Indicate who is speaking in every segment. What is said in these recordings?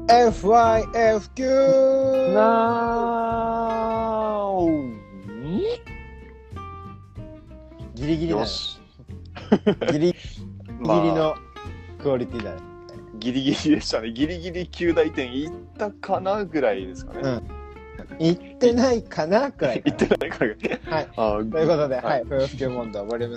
Speaker 1: FYFQ
Speaker 2: なー
Speaker 1: ギリギリだね。
Speaker 2: よし。
Speaker 1: ギリギ
Speaker 2: まあ
Speaker 1: リのクオリティだね。
Speaker 2: ギリギリでしたね。ギリギリ9大点いったかなぐらいですかね。
Speaker 1: うん。言ってないかなくらいか
Speaker 2: いってないから。
Speaker 1: はい。
Speaker 2: あ
Speaker 1: ということで、
Speaker 2: はい
Speaker 1: はい、FYFQ 問答ボリューム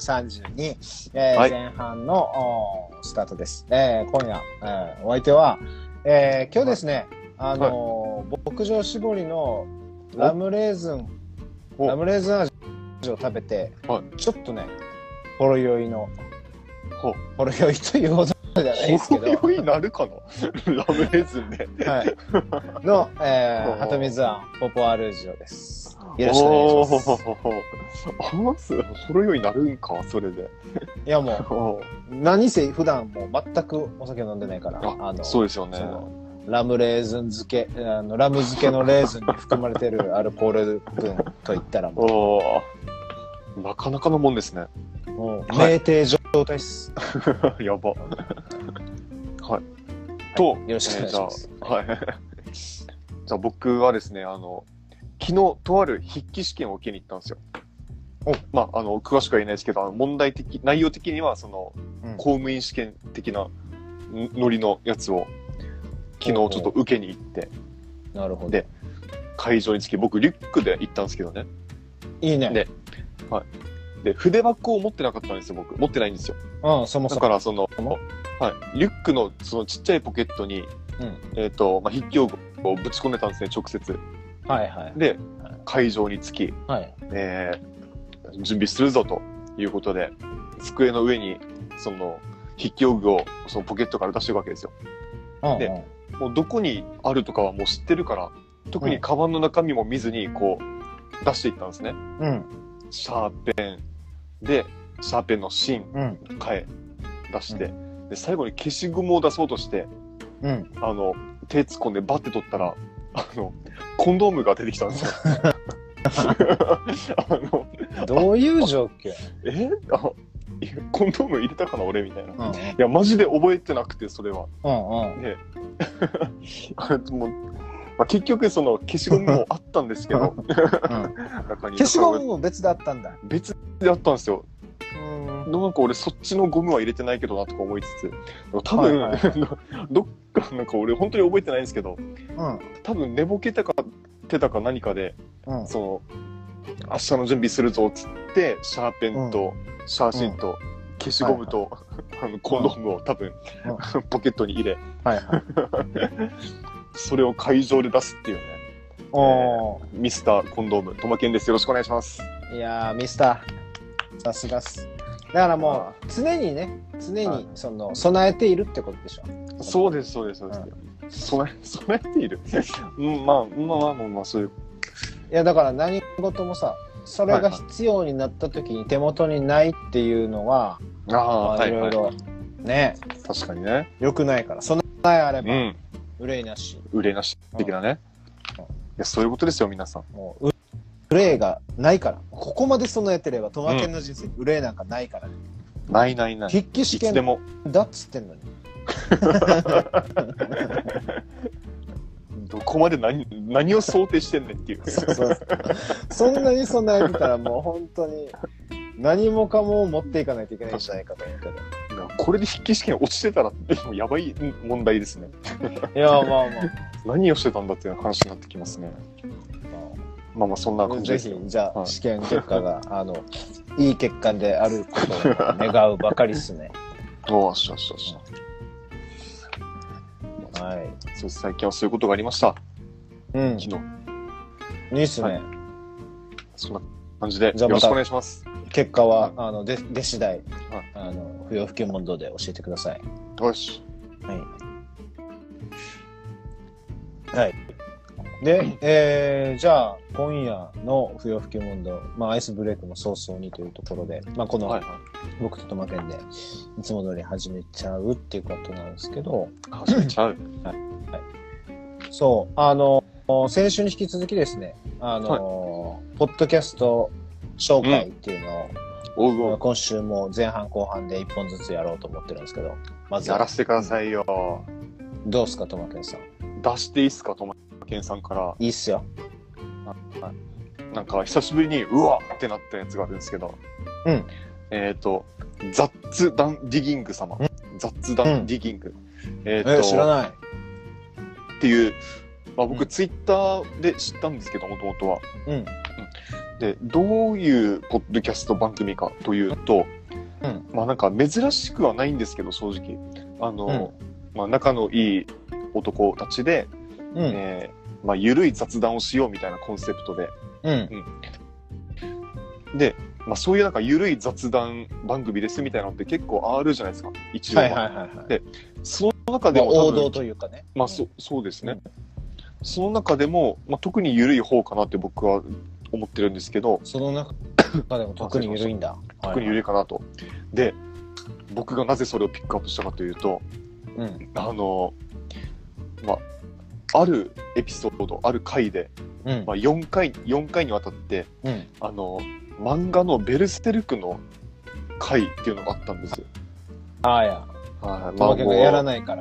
Speaker 1: 32、
Speaker 2: はい
Speaker 1: 前半のスタートです。今夜、お相手は、今日ですね、牧場絞りのラムレーズン味を食べて、
Speaker 2: はい
Speaker 1: ちょっとね、ほろ酔いの、
Speaker 2: ほ
Speaker 1: ほろ酔いというほどじゃないですけど、
Speaker 2: ほろ酔いなるかなラムレーズンで。
Speaker 1: はい、の、鳩水庵ポポアルージョです。よろしくお願いします。
Speaker 2: ほろ酔いなるんか、それで。
Speaker 1: いやもう、何せ普段もう全くお酒飲んでないから、
Speaker 2: そうですよね。
Speaker 1: ラムレーズン漬け、ラム漬けのレーズンに含まれてるアルコール分といったらも
Speaker 2: う、なかなかのもんですね。
Speaker 1: もう酩酊状態です。
Speaker 2: やば。はい。と、
Speaker 1: よろしくお願いします。
Speaker 2: はい。じゃあ僕はですね、昨日とある筆記試験を受けに行ったんですよ。まあ、詳しくは言えないですけど、内容的には公務員試験的なノリのやつを昨日ちょっと受けに行って、
Speaker 1: なるほど。
Speaker 2: で、会場に着き、僕リュックで行ったんですけどね。
Speaker 1: いいね。
Speaker 2: で、はい。で、筆箱を持ってなかったんですよ、僕。持ってないんですよ。
Speaker 1: うん、そもそも。
Speaker 2: だからはい。リュックのそのちっちゃいポケットに、筆記用具をぶち込んでたんですね、直接。
Speaker 1: はいはい。
Speaker 2: で、会場に着き、
Speaker 1: はい。
Speaker 2: 準備するぞということで、机の上に筆記用具をそのポケットから出していくわけですよ。で、もうどこにあるとかはもう知ってるから、特にカバンの中身も見ずにこう出していったんですね。
Speaker 1: うん。
Speaker 2: シャーペンで、シャーペンの芯、替え出して、で、最後に消しゴムを出そうとして、手突っ込んでバッて取ったら、コンドームが出てきたんですよ。
Speaker 1: どういう状況？
Speaker 2: コンドーム入れたかな俺みたいな。いや、マジで覚えてなくて、それは。で、もう、結局、消しゴムもあったんですけど、
Speaker 1: 消しゴムも別だったんだ。
Speaker 2: 別であったんですよ。なんか俺そっちのゴムは入れてないけどなとか思いつつ、多分、どっかなんか俺本当に覚えてないんですけど、多分寝ぼけてたか何かで、明日の準備するぞっつって、シャーペンとシャーシンと消しゴムとコンドームを多分ポケットに入れ、それを会場で出すっていうね。ミスターコンドーム、トマケンです。よろしくお願いします。
Speaker 1: いやー、ミスター。さすがっす。だからもう、常に備えているってことでしょ。
Speaker 2: そうです。備えている。まあ、そういう。
Speaker 1: いや、だから何事もさ、それが必要になった時に手元にないっていうのは、いろいろ、ね。
Speaker 2: 確かにね。
Speaker 1: 良くないから。備えあれば、憂いなし。
Speaker 2: 憂いなし的なね。いや、そういうことですよ、皆さん。
Speaker 1: もう憂いがないから。ここまで備えてれば、トマケンの人生に憂いなんかないからね。
Speaker 2: ない。
Speaker 1: 筆記試験だっつってんのに。
Speaker 2: どこまで何を想定してんねんっていう。
Speaker 1: そんなに備えてたらもう本当に何もかも持っていかないといけないんじゃないかと思うけど。
Speaker 2: これで筆記試験落ちてたらやばい問題ですね。
Speaker 1: いや、まあ。
Speaker 2: 何をしてたんだっていう話になってきますね。まあそんな感じですよ。
Speaker 1: ぜひ、じゃあ、試験結果が、いい結果であることを願うばかりですね。
Speaker 2: よし。はい。最近はそういうことがありました。昨日。
Speaker 1: いいっすね。
Speaker 2: そんな感じで、よろしくお願いします。
Speaker 1: 結果は、出次第、不要不急問答で教えてください。
Speaker 2: よし。
Speaker 1: はい。で、じゃあ、今夜の不要不急問答、アイスブレイクも早々にというところで、この、僕とトマケンで、いつも通り始めちゃうっていうことなんですけど、
Speaker 2: 始めちゃう。
Speaker 1: そう、先週に引き続きですね、ポッドキャスト紹介っていうのを、今週も前半後半で1本ずつやろうと思ってるんですけど、まず
Speaker 2: やらせてくださいよ。
Speaker 1: どうすか、トマケンさん。
Speaker 2: 出していいっすか、トマケンさんから。
Speaker 1: いいっすよ。
Speaker 2: なんか久しぶりにうわってなったやつがあるんですけど、
Speaker 1: うん。
Speaker 2: 雑談ディギング様。雑談ディギング。
Speaker 1: 知らない。
Speaker 2: っていう、まあ僕ツイッターで知ったんですけど、もともとは。
Speaker 1: うん。
Speaker 2: で、どういうポッドキャスト番組かというと、まあなんか珍しくはないんですけど、正直。まあ仲のいい男たちで、まあゆるい雑談をしようみたいなコンセプトで。で、まあそういうなんかゆるい雑談番組ですみたいなのって結構あるじゃないですか、一応は。で、その中でも
Speaker 1: 王道というかね。
Speaker 2: まあそうですね。その中でも、まあ、特にゆるい方かなって僕は思ってるんですけど、
Speaker 1: その中でも特にゆるいんだ。
Speaker 2: 特にゆるいかなと。で、僕がなぜそれをピックアップしたかというと、まあ、あるエピソード、ある回で、まあ、4回にわたって、漫画のベルセルクの回っていうのがあったんですよ。
Speaker 1: トマケンがやらないから。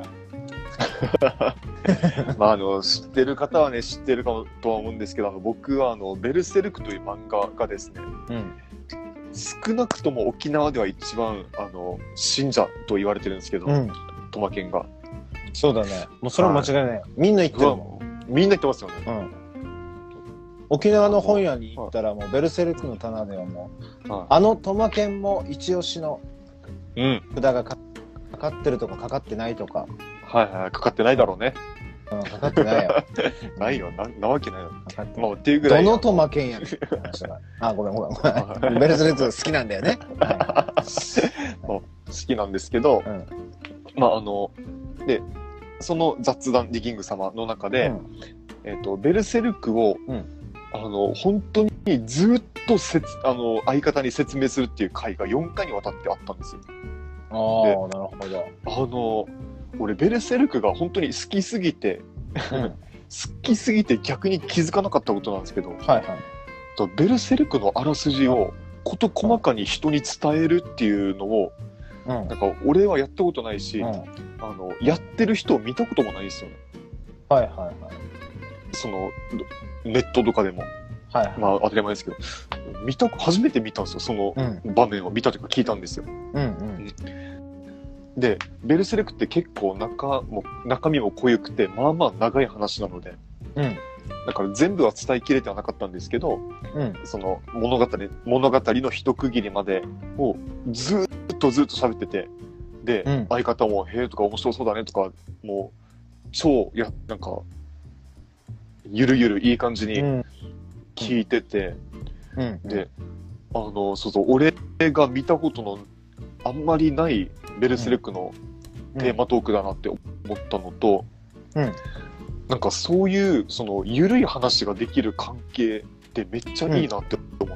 Speaker 2: まあ知ってる方はね知ってるかとは思うんですけど、僕はベルセルクという漫画がですね、少なくとも沖縄では一番信者と言われてるんですけど、トマケンが。
Speaker 1: そうだね。もうそれは間違いないよ。みんな言ってるも
Speaker 2: ん。みんな言ってますよね。
Speaker 1: 沖縄の本屋に行ったらもうベルセルクの棚ではもう、トマケンも一押しの札がかかってるとかかかってないとか。
Speaker 2: かかってないだろうね。
Speaker 1: かかってないよ。
Speaker 2: ないよ。なわけないよ。
Speaker 1: まあ、っていうぐらい。どのトマケンやねん。ごめん。ベルセルク好きなんだよね。
Speaker 2: 好きなんですけど、まあで、その雑談ディギング様の中で、ベルセルクを、本当にずっと相方に説明するっていう回が4回にわたってあったんですよ。
Speaker 1: なるほ
Speaker 2: ど。俺ベルセルクが本当に好きすぎて逆に気づかなかったことなんですけど、ベルセルクのあらすじを事細かに人に伝えるっていうのを、なんか俺はやったことないし、やってる人を見たこともないですよね。そのネットとかでも、まあ当たり前ですけど、初めて見たんですよ、その場面を見たというか聞いたんですよ。で、ベルセルクって結構中身も濃ゆくて、まあまあ長い話なので、だから全部は伝えきれてはなかったんですけど、その物語の一区切りまでをずっと喋ってて、で、相方も、へえとか面白そうだねとか、もう、なんか、ゆるゆるいい感じに聞いてて、で、俺が見たことのあんまりないベルセルクのテーマトークだなって思ったのと、なんかそういうその緩い話ができる関係ってめっちゃいいなって思って、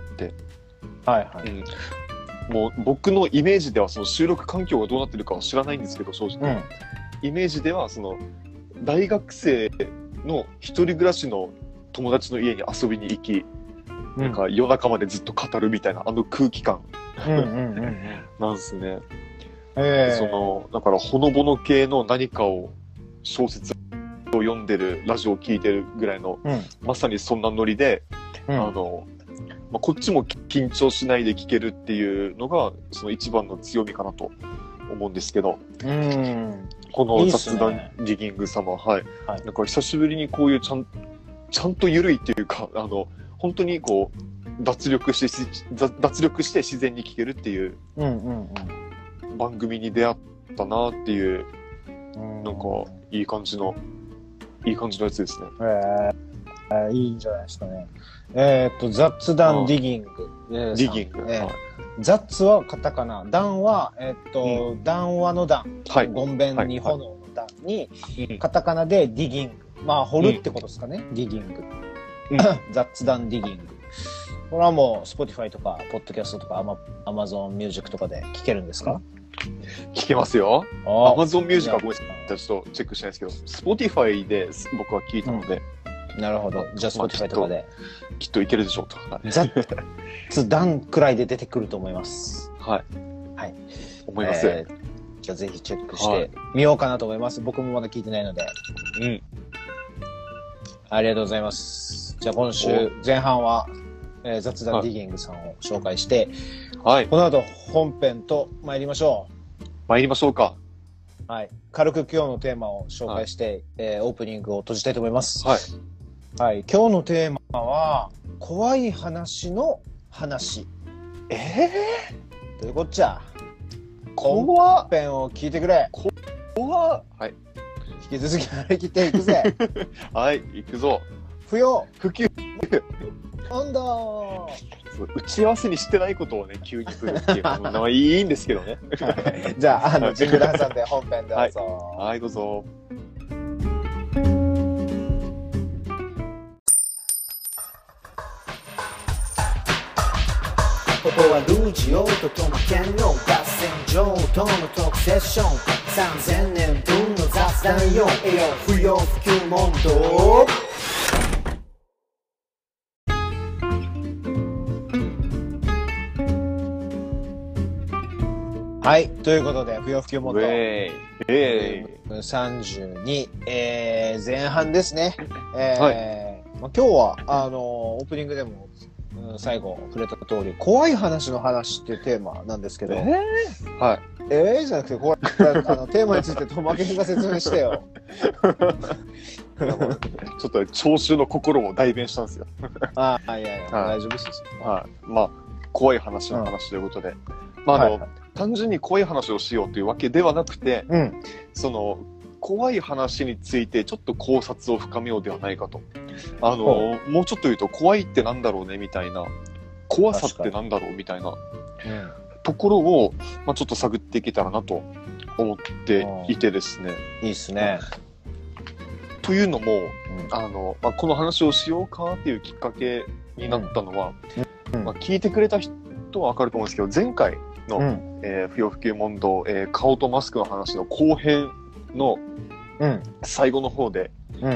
Speaker 2: もう僕のイメージではその収録環境がどうなってるかは知らないんですけど、正直、イメージではその大学生の一人暮らしの友達の家に遊びに行き、なんか夜中までずっと語るみたいな空気感なんですね。だからほのぼの系の何かを小説を読んでるラジオを聞いてるぐらいの、まさにそんなノリで、こっちも緊張しないで聞けるっていうのがその一番の強みかなと思うんですけど、この雑談ディギング様、なんか久しぶりにこういうちゃんと緩いっていうか、本当にこう脱力して自然に聞けるっていう番組に出会ったなっていう、なんかいい感じのやつですね。
Speaker 1: いいんじゃないですかね。雑談ディギング。雑はカタカナ、談は談話の談、ごんべんに炎の談に、カタカナでディギング。まあ掘るってことですかね。ディギング。雑談ディギング。これはもう Spotify とか Podcast とか Amazon Music とかで聞けるんですか？
Speaker 2: 聞けますよ。Amazon Music はごめんなさい。ちょっとチェックしないですけど、Spotify で僕は聞いたので。
Speaker 1: なるほど。じゃあ Spotify とかで。
Speaker 2: きっといけるでしょうと。
Speaker 1: 雑談くらいで出てくると思います。
Speaker 2: 思います。
Speaker 1: じゃあぜひチェックしてみようかなと思います。僕もまだ聞いてないので。 ありがとうございます。じゃあ今週前半は、雑談ディギングさんを紹介して、はい。この後本編と参りましょう。
Speaker 2: 参りましょうか。
Speaker 1: はい。軽く今日のテーマを紹介して、はい、オープニングを閉じたいと思います。はい。はい。今日のテーマは、怖い話の話。というこっちゃ。本編を聞いてくれ。
Speaker 2: はい。
Speaker 1: 引き続き張り切っていくぜ。
Speaker 2: はい、行くぞ。
Speaker 1: 不要。
Speaker 2: 不及。
Speaker 1: 温度。
Speaker 2: 打ち合わせにしてないことをね、急に来るっていうのはいいんですけどね。
Speaker 1: じゃあ、ジングル挟んで本編どうぞ。
Speaker 2: はい、どうぞ。
Speaker 3: ここはルージオートとマケンの合戦場とのトークセッション3000年分の雑談よ不要不急問答
Speaker 1: はい、ということで不要不急問答32、前半ですね。はい、今日はオープニングでも最後触れた通り怖い話の話っていうテーマなんですけど、
Speaker 2: はい。
Speaker 1: じゃなくて怖いテーマについてトマケンが説明してよ。
Speaker 2: ちょっと聴衆の心を代弁したんですよ。
Speaker 1: いや大丈夫ですよ。
Speaker 2: はい。まあ怖い話の話ということで、単純に怖い話をしようというわけではなくて、その怖い話についてちょっと考察を深めようではないかと。もうちょっと言うと怖いってなんだろうねみたいな、怖さってなんだろうみたいなところを、ちょっと探っていけたらなと思っていてですね。
Speaker 1: いいですね。
Speaker 2: というのも、この話をしようかっていうきっかけになったのは、聞いてくれた人は分かると思うんですけど、前回の、不要不急問答、顔とマスクの話の後編の最後の方で、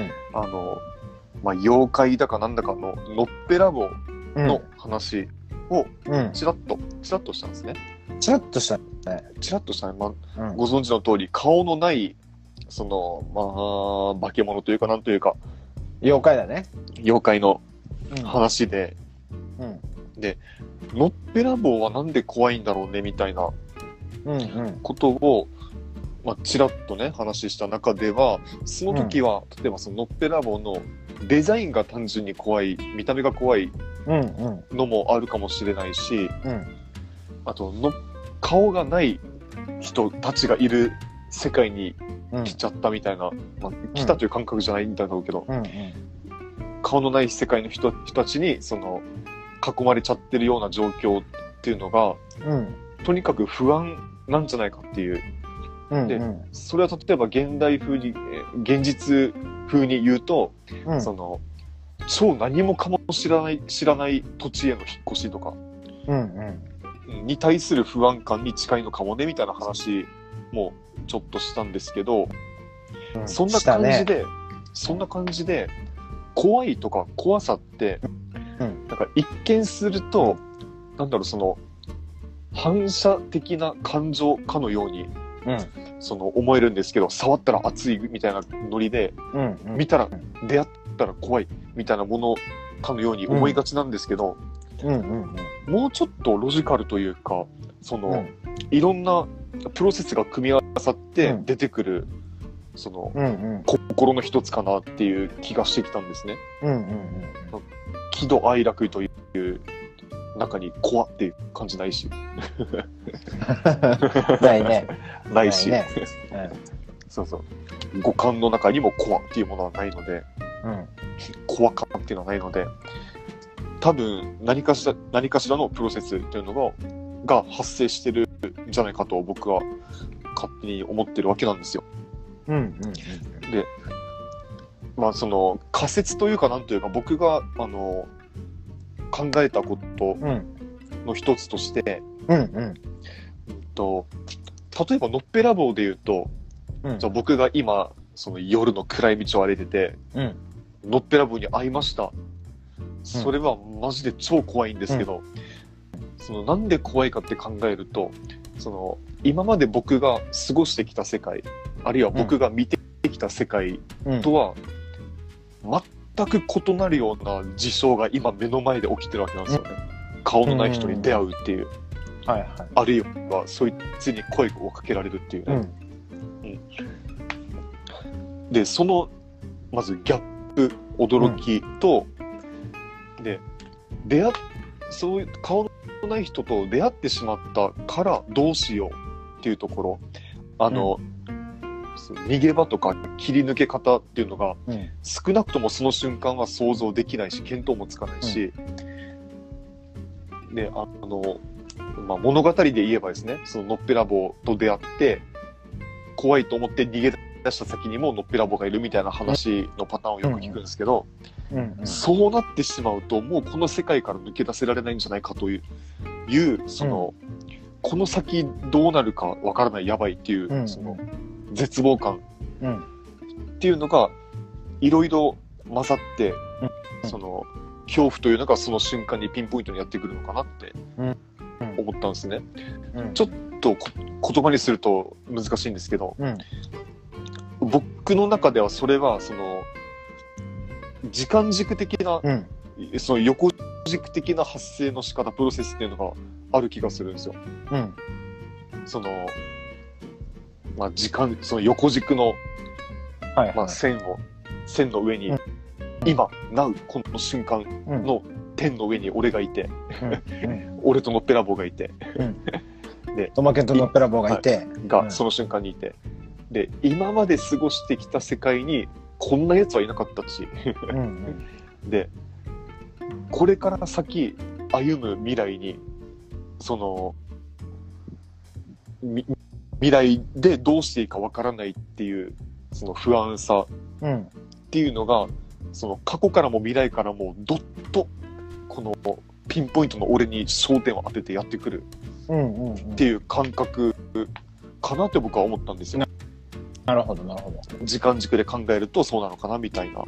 Speaker 2: 妖怪だかなんだかののっぺらぼうの話をチラッとしたんですね。
Speaker 1: チラッとしたね。
Speaker 2: ご存知の通り顔のないその化け物というかなんというか
Speaker 1: 妖怪だね。
Speaker 2: 妖怪の話で、でのっぺらぼうはなんで怖いんだろうねみたいなことをちらっとね話した中では、その時は、例えばそののっぺらぼうのデザインが単純に怖い、見た目が怖いのもあるかもしれないし、あと顔がない人たちがいる世界に来ちゃったみたいな、来たという感覚じゃないんだろうけど、顔のない世界の人たちにその囲まれちゃってるような状況っていうのが、とにかく不安なんじゃないかっていう。で、それは例えば現実風に言うと、その超何もかも知らない土地への引っ越しとか、に対する不安感に近いのかもねみたいな話もちょっとしたんですけど、そんな感じで怖いとか怖さって、なんか一見すると、その反射的な感情かのようにその思えるんですけど、触ったら熱いみたいなノリで、見たら出会ったら怖いみたいなものかのように思いがちなんですけど、もうちょっとロジカルというか、その、いろんなプロセスが組み合わさって出てくる、その、心の一つかなっていう気がしてきたんですね。喜怒哀楽という中に怖っていう感じないし。
Speaker 1: ないね。
Speaker 2: ないし。そうそう。五感の中にも怖っていうものはないので、怖感っていうのはないので、多分何かしらのプロセスっていうのが発生してるんじゃないかと僕は勝手に思ってるわけなんですよ。で、その仮説というかなんというか、僕が考えたことの一つとして、例えばのっぺらぼうで言うと、じゃあ僕が今その夜の暗い道を歩いてて、のっぺらぼうに会いました。それはマジで超怖いんですけど、そのなんで怖いかって考えると、その今まで僕が過ごしてきた世界、あるいは僕が見てきた世界とは全全く異なるような事象が今目の前で起きてるわけなんですよね。顔のない人に出会うっていう。
Speaker 1: はいはい。
Speaker 2: あるいは、そいつに声をかけられるっていうね。で、その、まずギャップ、驚きと、で、そういう顔のない人と出会ってしまったからどうしようっていうところ、逃げ場とか切り抜け方っていうのが、少なくともその瞬間は想像できないし、見当もつかないし、で、物語で言えばですね、そののっぺらぼうと出会って、怖いと思って逃げ出した先にものっぺらぼうがいるみたいな話のパターンをよく聞くんですけど、そうなってしまうと、もうこの世界から抜け出せられないんじゃないかという、その、この先どうなるかわからないやばいっていう、その、絶望感っていうのが、いろいろ混ざって、その、恐怖というのがその瞬間にピンポイントにやってくるのかなって思ったんですね。ちょっと言葉にすると難しいんですけど、僕の中ではそれはその時間軸的な、その横軸的な発生の仕方、プロセスっていうのがある気がするんですよ。その、その横軸の、線の上に、今、now、この瞬間の点の上に俺がいて、俺とのっぺらぼうがいて、
Speaker 1: で、トマケンとのっぺらぼうがいて、
Speaker 2: その瞬間にいて、で、今まで過ごしてきた世界にこんな奴はいなかったし、で、これから先歩む未来に、その、未来でどうしていいかわからないっていう、その不安さっていうのが、その過去からも未来からもどっとこのピンポイントの俺に焦点を当ててやってくるっていう感覚かなって僕は思ったんですよ。
Speaker 1: なるほどなるほど。
Speaker 2: 時間軸で考えるとそうなのかなみたいな。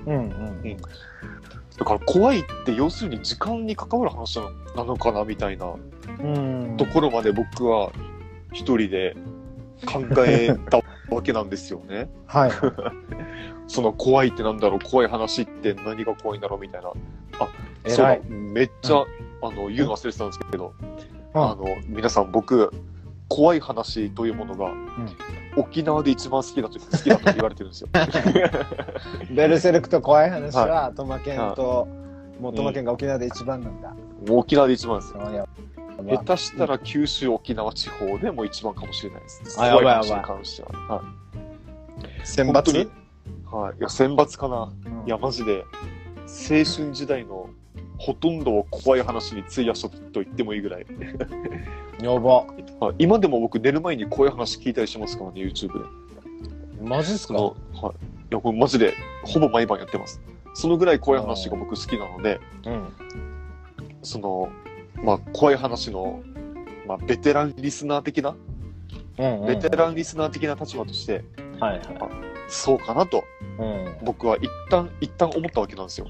Speaker 2: だから怖いって要するに時間に関わる話なのかなみたいなところまで僕は一人で考えたわけなんですよね。
Speaker 1: はい。
Speaker 2: その怖いってなんだろう、怖い話って何が怖いんだろうみたいな。そうだ、めっちゃ、言うの忘れてたんですけど、皆さん僕、怖い話というものが、沖縄で一番好きだと言われてるんですよ。
Speaker 1: ベルセルクと怖い話は、トマケンと、もうトマケンが沖縄で一番なんだ。
Speaker 2: もう沖縄で一番ですよ。下手したら九州沖縄地方でも一番かもしれないです。
Speaker 1: 怖い話
Speaker 2: に関しては。
Speaker 1: 選抜？
Speaker 2: はい。いや、選抜かな。いや、マジで、青春時代のほとんどを怖い話に費やしたと言ってもいいぐらい。
Speaker 1: やば。
Speaker 2: 今でも僕寝る前に怖い話聞いたりしますからね、YouTube で。
Speaker 1: マジっすか？
Speaker 2: はい。いや、これマジで、ほぼ毎晩やってます。そのぐらい怖い話が僕好きなので、その、怖い話の、ベテランリスナー的な、ベテランリスナー的な立場として、そうかなと、僕は一旦思ったわけなんですよ。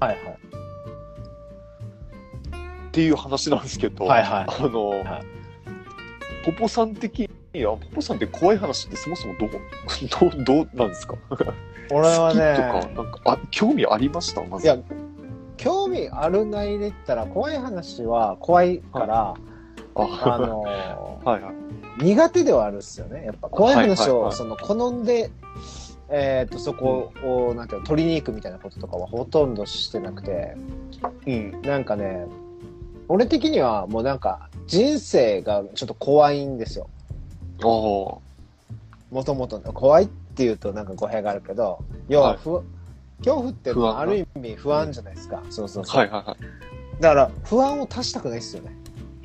Speaker 2: っていう話なんですけど、ポポさん的には、ポポさんって怖い話ってそもそもどうなんですか？
Speaker 1: 俺はね、
Speaker 2: 好きとか、なんか興味ありましたまず。
Speaker 1: いや、興味あるないで言ったら、怖い話は怖いから、苦手ではあるっすよね。やっぱ怖い話を好んで、そこをなんていうの取りに行くみたいなこととかはほとんどしてなくて、なんかね、俺的にはもうなんか人生がちょっと怖いんですよ。もともと怖いっていうとなんか語弊があるけど、要は恐怖ってある意味不安じゃないですか。そうそうそう。だから不安を足したくないっすよね。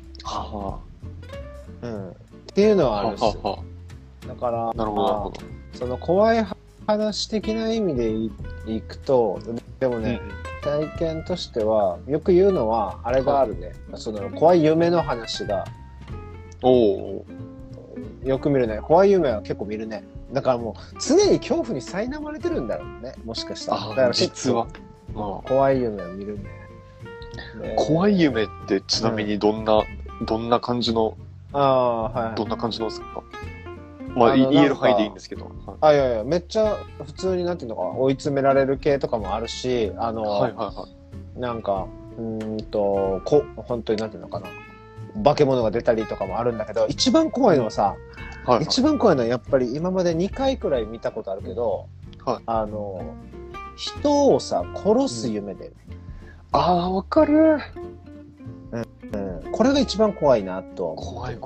Speaker 1: っていうのはあるっすよ。だから、その怖い話的な意味でいくと、でもね、体験としては、よく言うのは、あれがあるね。その怖い夢の話が、よく見るね。怖い夢は結構見るね。だからもう、常に恐怖に苛まれてるんだろうね。もしかしたら。だから
Speaker 2: 実は。
Speaker 1: 怖い夢を見るね。
Speaker 2: 怖い夢ってちなみにどんな感じの、どんな感じのですか？ まあ、言える範囲でいいんですけど。
Speaker 1: いやいや、めっちゃ普通になんていうのか、追い詰められる系とかもあるし、なんか、本当になんていうのかな、化け物が出たりとかもあるんだけど、一番怖いのはさ、一番怖いのはやっぱり今まで2回くらい見たことあるけど、人をさ、殺す夢で。
Speaker 2: わかる。
Speaker 1: これが一番怖いなと。
Speaker 2: 怖い。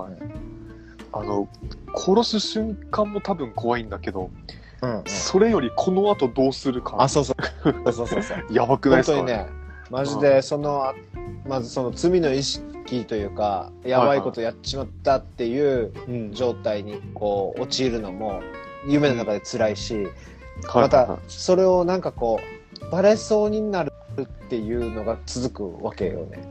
Speaker 2: 殺す瞬間も多分怖いんだけど、それよりこの後どうするか。
Speaker 1: そう。
Speaker 2: やばくないですか？
Speaker 1: 本当にね、マジでまずその罪の意識というか、やばいことやっちまったっていう状態にこう陥るのも夢の中で辛いし、またそれをなんかこうバレそうになるっていうのが続くわけよね。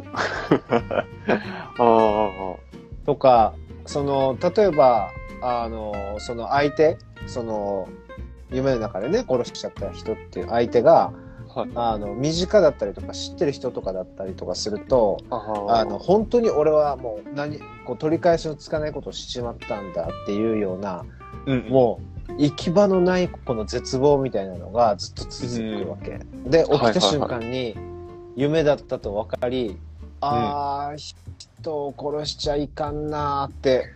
Speaker 1: とか、例えばその相手、夢の中でね殺しちゃった人っていう相手が、身近だったりとか知ってる人とかだったりとかすると、本当に俺はもう取り返しのつかないことをしちまったんだっていうような、もう行き場のないこの絶望みたいなのがずっと続くわけ、で起きた瞬間に夢だったと分かり、人を殺しちゃいかんなーって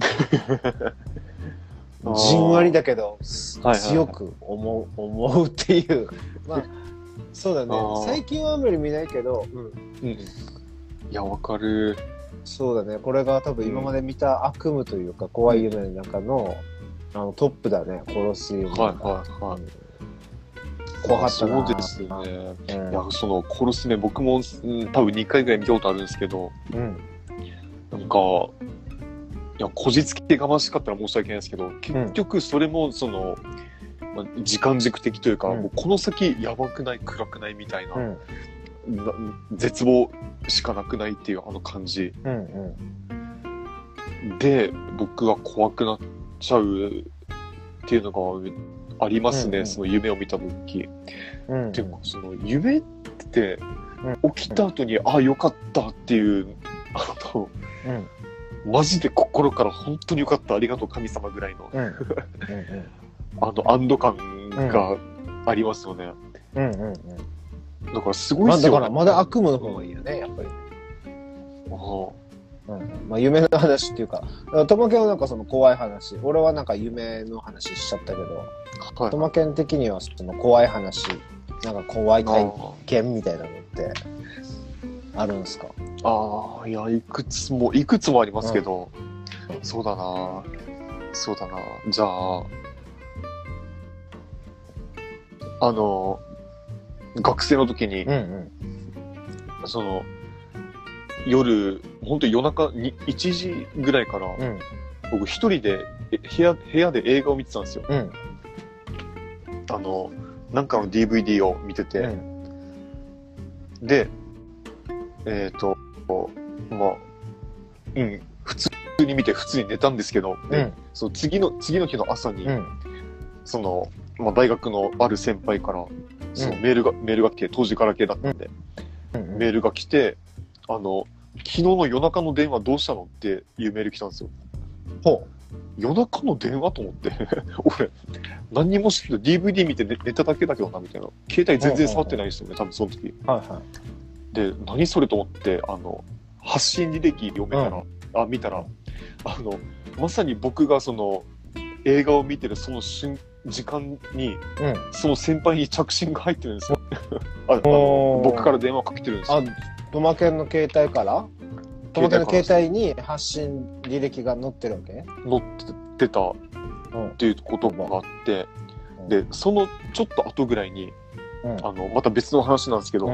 Speaker 1: じんわりだけど強く思うっていう、そうだね、最近はあんまり見ないけど、
Speaker 2: いや、わかる。
Speaker 1: そうだね、これが多分今まで見た悪夢というか怖い夢の中のトップだね、殺す夢。怖かったな。
Speaker 2: そうですね。いや、殺すね、僕も、多分2回ぐらい見たことあるんですけど、なんか、いや、こじつけがましかったら申し訳ないですけど、結局それも時間軸的というか、もうこの先やばくない、暗くないみたいな、絶望しかなくないっていう感じ、で僕は怖くなっちゃうっていうのがありますね、その夢を見た時。でも夢って起きた後によかったっていうマジで心から本当によかった、ありがとう神様ぐらいの安堵感がありますよね。だからすごいっすよね。
Speaker 1: だからまだ悪夢の方がいいよね、やっぱり。夢の話っていうか、トマケンはなんかその怖い話、俺はなんか夢の話しちゃったけど、トマケン的にはその怖い話、なんか怖い体験みたいなのってあるんですか？
Speaker 2: いや、いくつもありますけど、そうだな。じゃあ、学生の時に、夜、本当に夜中に1時ぐらいから、僕一人で部屋で映画を見てたんですよ。なんかの DVD を見てて、で、普通に見て普通に寝たんですけど、その次の日の朝に、大学のある先輩からメールが来て、当時ガラケーだったんで、メールが来て、昨日の夜中の電話どうしたのっていうメール来たんですよ。夜中の電話と思って俺何にもしてない、 DVD 見て寝ただけだけどなみたいな、携帯全然触ってないですよね、多分その時。で、何それと思って、発信履歴読めたら、見たら、まさに僕が映画を見てるその時間に、その先輩に着信が入ってるんですよ。僕から電話かけてるんですよ。
Speaker 1: トマケンの携帯から？トマケンの携帯に発信履歴が載ってるわけ？
Speaker 2: 載ってたっていうことがあって、で、そのちょっと後ぐらいに、また別の話なんですけど、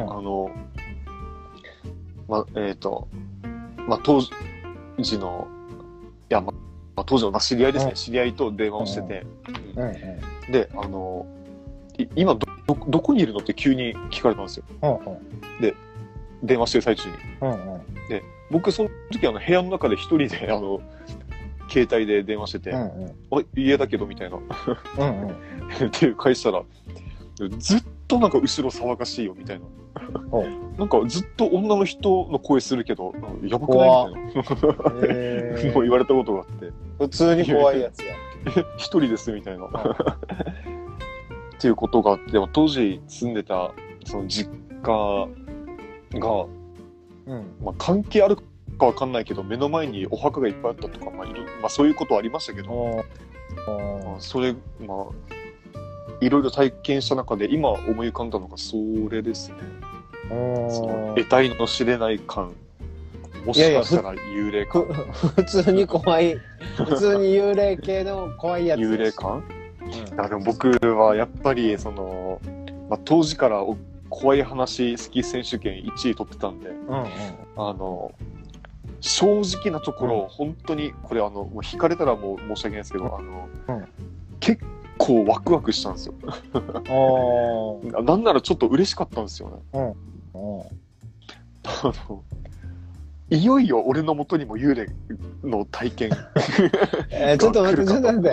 Speaker 2: 当時の、当時の知り合いですね、知り合いと電話をしてて、で、今どこにいるのって急に聞かれたんですよ。で、電話してる最中に。で、僕その時部屋の中で一人で携帯で電話してて、家だけどみたいな。って返したら、ずっとなんか後ろ騒がしいよみたいな。なんかずっと女の人の声するけど、やばくないみたいな。もう言われたことがあって。
Speaker 1: 普通に怖いやつや。
Speaker 2: 一人ですみたいな。っていうことがあって、でも当時住んでたその実家が、まあ関係あるかわかんないけど、目の前にお墓がいっぱいあったとか、まあそういうことはありましたけど、まあ、それ、まあ、いろいろ体験した中で今思い浮かんだのがそれですね。その得体の知れない感。もしかしたら幽霊感。
Speaker 1: 普通に怖い。普通に幽霊系の怖いやつ。
Speaker 2: 幽霊感？でも僕はやっぱりその、まあ、当時から怖い話好き選手権1位取ってたんで、正直なところ、本当にこれもう引かれたらもう申し訳ないですけど、結構ワクワクしたんですよ。なんならちょっと嬉しかったんですよね。いよいよ俺の元にも幽霊の体験
Speaker 1: ちょっと待って、ちょっと待って。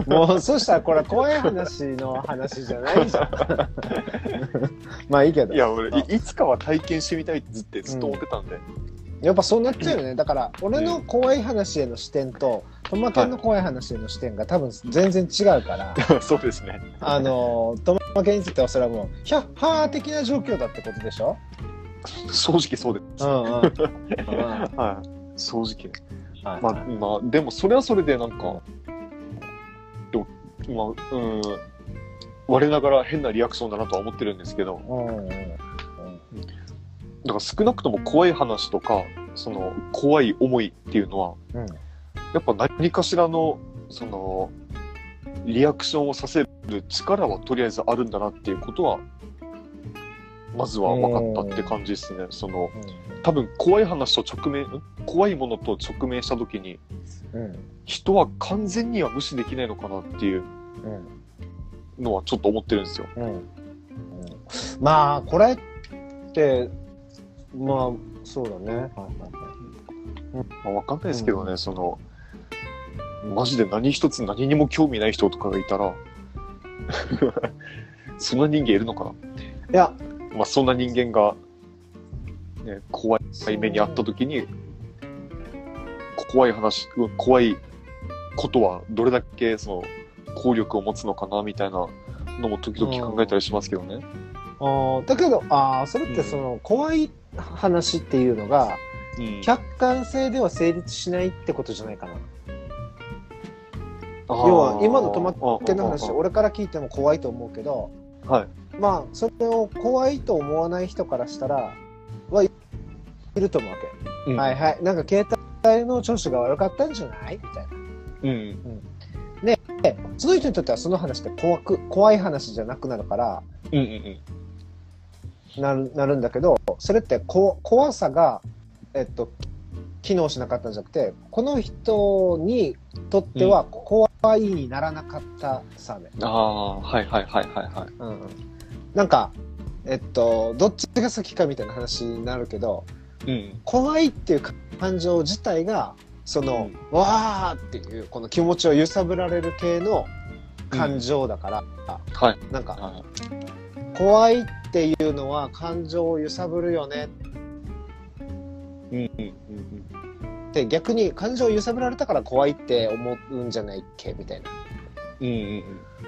Speaker 1: もう、そしたらこれ怖い話の話じゃないじゃん。まあいいけど。
Speaker 2: いや、俺、いつかは体験してみたいってずっと思ってたんで。
Speaker 1: やっぱそうなっちゃうよね。だから、俺の怖い話への視点と、トマケンの怖い話への視点が多分全然違うから。
Speaker 2: そうですね。
Speaker 1: トマケンについてはそれはもう、ヒャッハー的な状況だってことでしょ？
Speaker 2: 正直そうです。はい。正直。まあ、でもそれはそれでなんか、我ながら変なリアクションだなとは思ってるんですけど、だから少なくとも怖い話とか、その怖い思いっていうのは、やっぱ何かしらのそのリアクションをさせる力はとりあえずあるんだなっていうことはまずは分かったって感じですね。その多分怖い話と怖いものと直面した時に、人は完全には無視できないのかなっていうのはちょっと思ってるんですよ。
Speaker 1: まあこれってまあそうだね。
Speaker 2: まあ、分かんないですけどね、そのマジで何一つ何にも興味ない人とかがいたらそんな人間いるのかな。い
Speaker 1: や、
Speaker 2: まあそんな人間が、ね、怖い目にあった時に怖いことはどれだけその効力を持つのかなみたいなのも時々考えたりしますけどね。
Speaker 1: だけどそれってその怖い話っていうのが、客観性では成立しないってことじゃないかな。要は今のトマケンの話、俺から聞いても怖いと思うけど、まあそれを怖いと思わない人からしたらいると思うわけ。はいはい、なんか携帯の調子が悪かったんじゃないみたいな。で、その人にとってはその話って怖い話じゃなくなるから、なるんだけど、それって怖さが機能しなかったんじゃなくて、この人にとっては怖いにならなかったさね。なんかどっちが先かみたいな話になるけど、怖いっていう感情自体がその、わーっていうこの気持ちを揺さぶられる系の感情だから、なんか、怖いっていうのは感情を揺さぶるよね。で逆に感情を揺さぶられたから怖いって思うんじゃないっけみたいな。で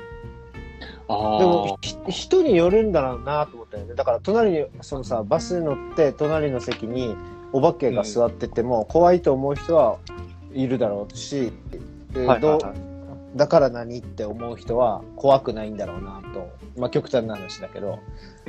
Speaker 1: も人によるんだろうなと思ったよね。だから隣にそのさバスに乗って隣の席にお化けが座ってても、怖いと思う人はいるだろうし、だから何って思う人は怖くないんだろうなと、まあ極端な話だけど、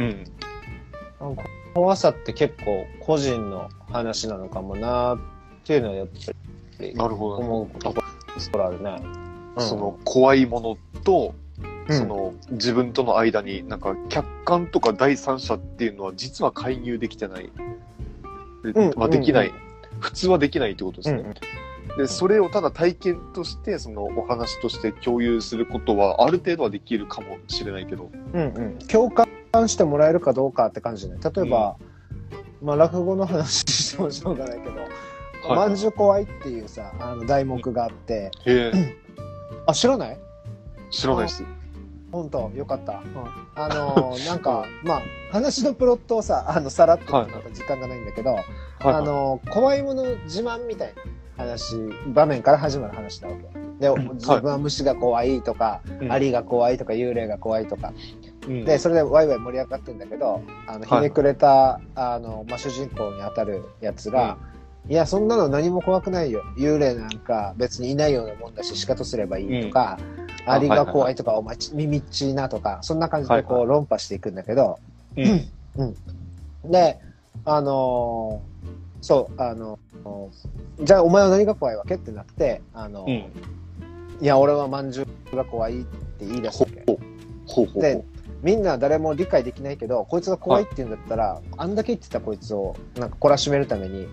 Speaker 1: 怖さって結構個人の話なのかもなっていうのはやっぱり思うところあるね。
Speaker 2: その怖いものとその自分との間になんか客観とか第三者っていうのは実は介入できてない、できない、普通はできないってことですね。でそれをただ体験としてそのお話として共有することはある程度はできるかもしれないけど、
Speaker 1: 共感してもらえるかどうかって感じね。例えば、まあ落語の話してもしょうがないけど、まんじゅう怖いっていうさ題目があって、知らない？
Speaker 2: 知らないです。
Speaker 1: 本当よかった。なんか、まあ、話のプロットをさ、さらっとなんか時間がないんだけど、怖いもの自慢みたいな場面から始まる話なわけ。で、自分は虫が怖いとか、アリが怖いとか、幽霊が怖いとか。で、それでワイワイ盛り上がってるんだけど、ひねくれた、まあ、主人公に当たるやつが、いや、そんなの何も怖くないよ。幽霊なんか別にいないようなもんだし、仕方すればいいとか、アリが怖いとか、お前耳っちいなとか、そんな感じでこう論破していくんだけど、で、そう、じゃあお前は何が怖いわけってなって、いや、俺はまんじゅうが怖いって言い出すわけ。で、みんな誰も理解できないけど、こいつが怖いって言うんだったら、あんだけ言ってたこいつをなんか懲らしめるために、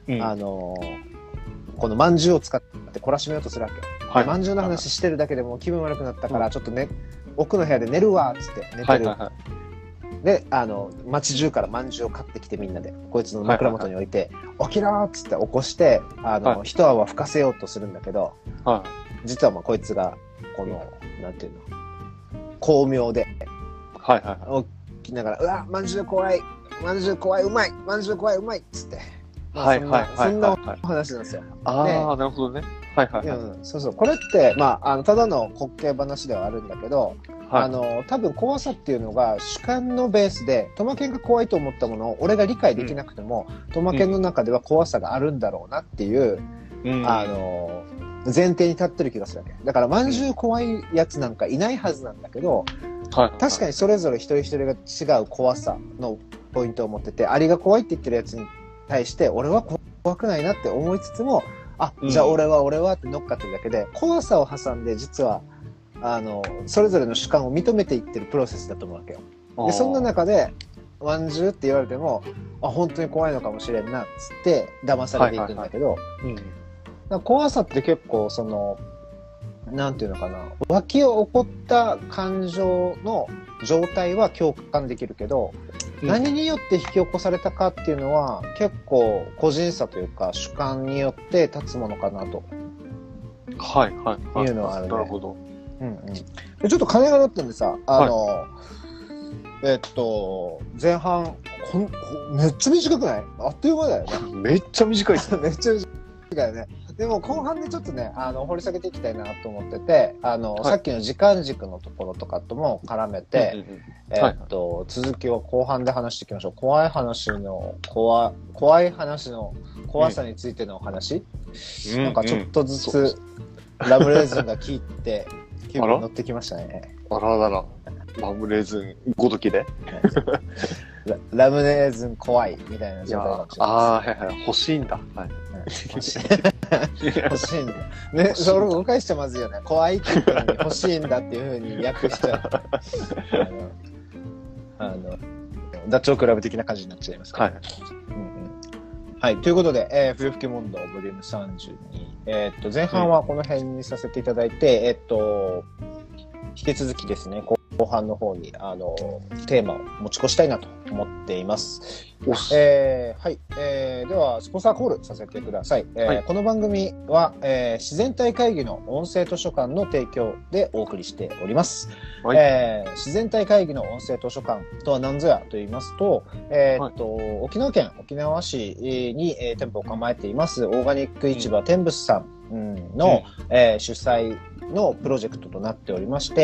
Speaker 1: このまんじゅうを使って懲らしめようとするわけ。まんじゅうの話してるだけでも気分悪くなったから、ちょっとね、奥の部屋で寝るわっつって寝てる。で、街中からまんじゅうを買ってきてみんなで、こいつの枕元に置いて、起きろーっつって起こして、一泡吹かせようとするんだけど、実はまあこいつが、この、なんていうの、巧妙で、起きながら、うわ、まんじゅう怖い、まんじゅう怖い、うまい、まんじゅう怖い、うまいっつって。そんな話なんですよ。
Speaker 2: なるほどね。
Speaker 1: そうそう。これって、まあ、ただの滑稽話ではあるんだけど、多分怖さっていうのが主観のベースで、トマケンが怖いと思ったものを俺が理解できなくても、トマケンの中では怖さがあるんだろうなっていう、前提に立ってる気がするわけ。だから、まんじゅう怖いやつなんかいないはずなんだけど、確かにそれぞれ一人一人が違う怖さのポイントを持ってて、アリが怖いって言ってるやつに対して、俺は怖くないなって思いつつも、じゃあ俺はって乗っかってるだけで、怖さを挟んで実は、それぞれの主観を認めていってるプロセスだと思うわけよ。で、そんな中で、まんじゅうって言われても、本当に怖いのかもしれんな、つって騙されていくんだけど、怖さって結構、なんていうのかな、湧き起こった感情の状態は共感できるけど、何によって引き起こされたかっていうのは結構個人差というか主観によって立つものかなというのはあるね。
Speaker 2: なるほど。
Speaker 1: でちょっと鐘が鳴ったんでさ、前半めっちゃ短くない？あっという間だよね。
Speaker 2: めっちゃ短いですね。
Speaker 1: めっちゃ短いよね。でも後半でちょっとね、掘り下げていきたいなと思ってて、さっきの時間軸のところとかとも絡めて、続きを後半で話していきましょう。怖い話の怖さについてのお話、なんかちょっとずつラムレーズンが効いて気分乗ってきましたね。
Speaker 2: あららら。ラムレーズンごときで
Speaker 1: ラムレーズン怖いみたいな状態かもしれない。
Speaker 2: 欲しいんだ。
Speaker 1: 欲しいんだ。ね、それも誤解しちゃまずいよね。怖いって言ったのに欲しいんだっていう風に訳しちゃう。ダチョウ倶楽部的な感じになっちゃいますから。はい。ということで、冬吹き問答ボリューム32。前半はこの辺にさせていただいて、引き続きですね、後半の方に、テーマを持ち越したいなと思っています。はい。では、スポンサーコールさせてください。この番組は、自然体会議の音声図書館の提供でお送りしております。自然体会議の音声図書館とは何ぞやと言いますと、沖縄県沖縄市に、店舗を構えています、オーガニック市場天仏さんの、主催のプロジェクトとなっておりまして、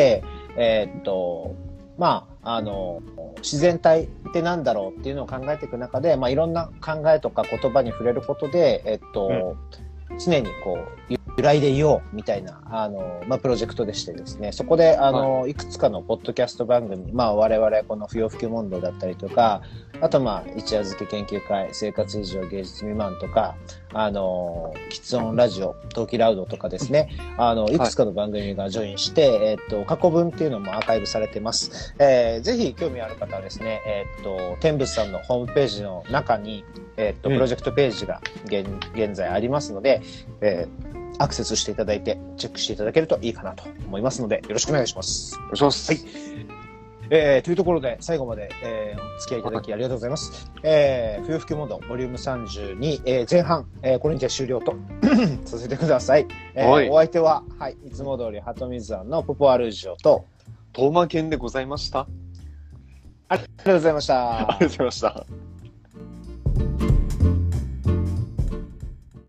Speaker 1: 自然体ってなんだろうっていうのを考えていく中で、いろんな考えとか言葉に触れることで、常にこう揺らいでいようみたいなプロジェクトでしてですね、そこでいくつかのポッドキャスト番組、我々この不要不急問答だったりとか、あと一夜漬け研究会、生活以上芸術未満とか、喫音ラジオ、トーキラウドとかですね、いくつかの番組がジョインして、過去分っていうのもアーカイブされてます。ぜひ興味ある方はですね、天仏さんのホームページの中に、プロジェクトページが現在ありますので、アクセスしていただいてチェックしていただけるといいかなと思いますので、よろしくお願いします。
Speaker 2: お願いします。
Speaker 1: はい。というところで最後まで、お付き合いいただきありがとうございます。不要不急問答ボリューム32、前半、これにて終了とさせてください。お相手は、いつも通り鳩水庵のポポアルージオと
Speaker 2: トーマ犬でございました。
Speaker 1: ありがとうございました。
Speaker 2: ありがとうございました。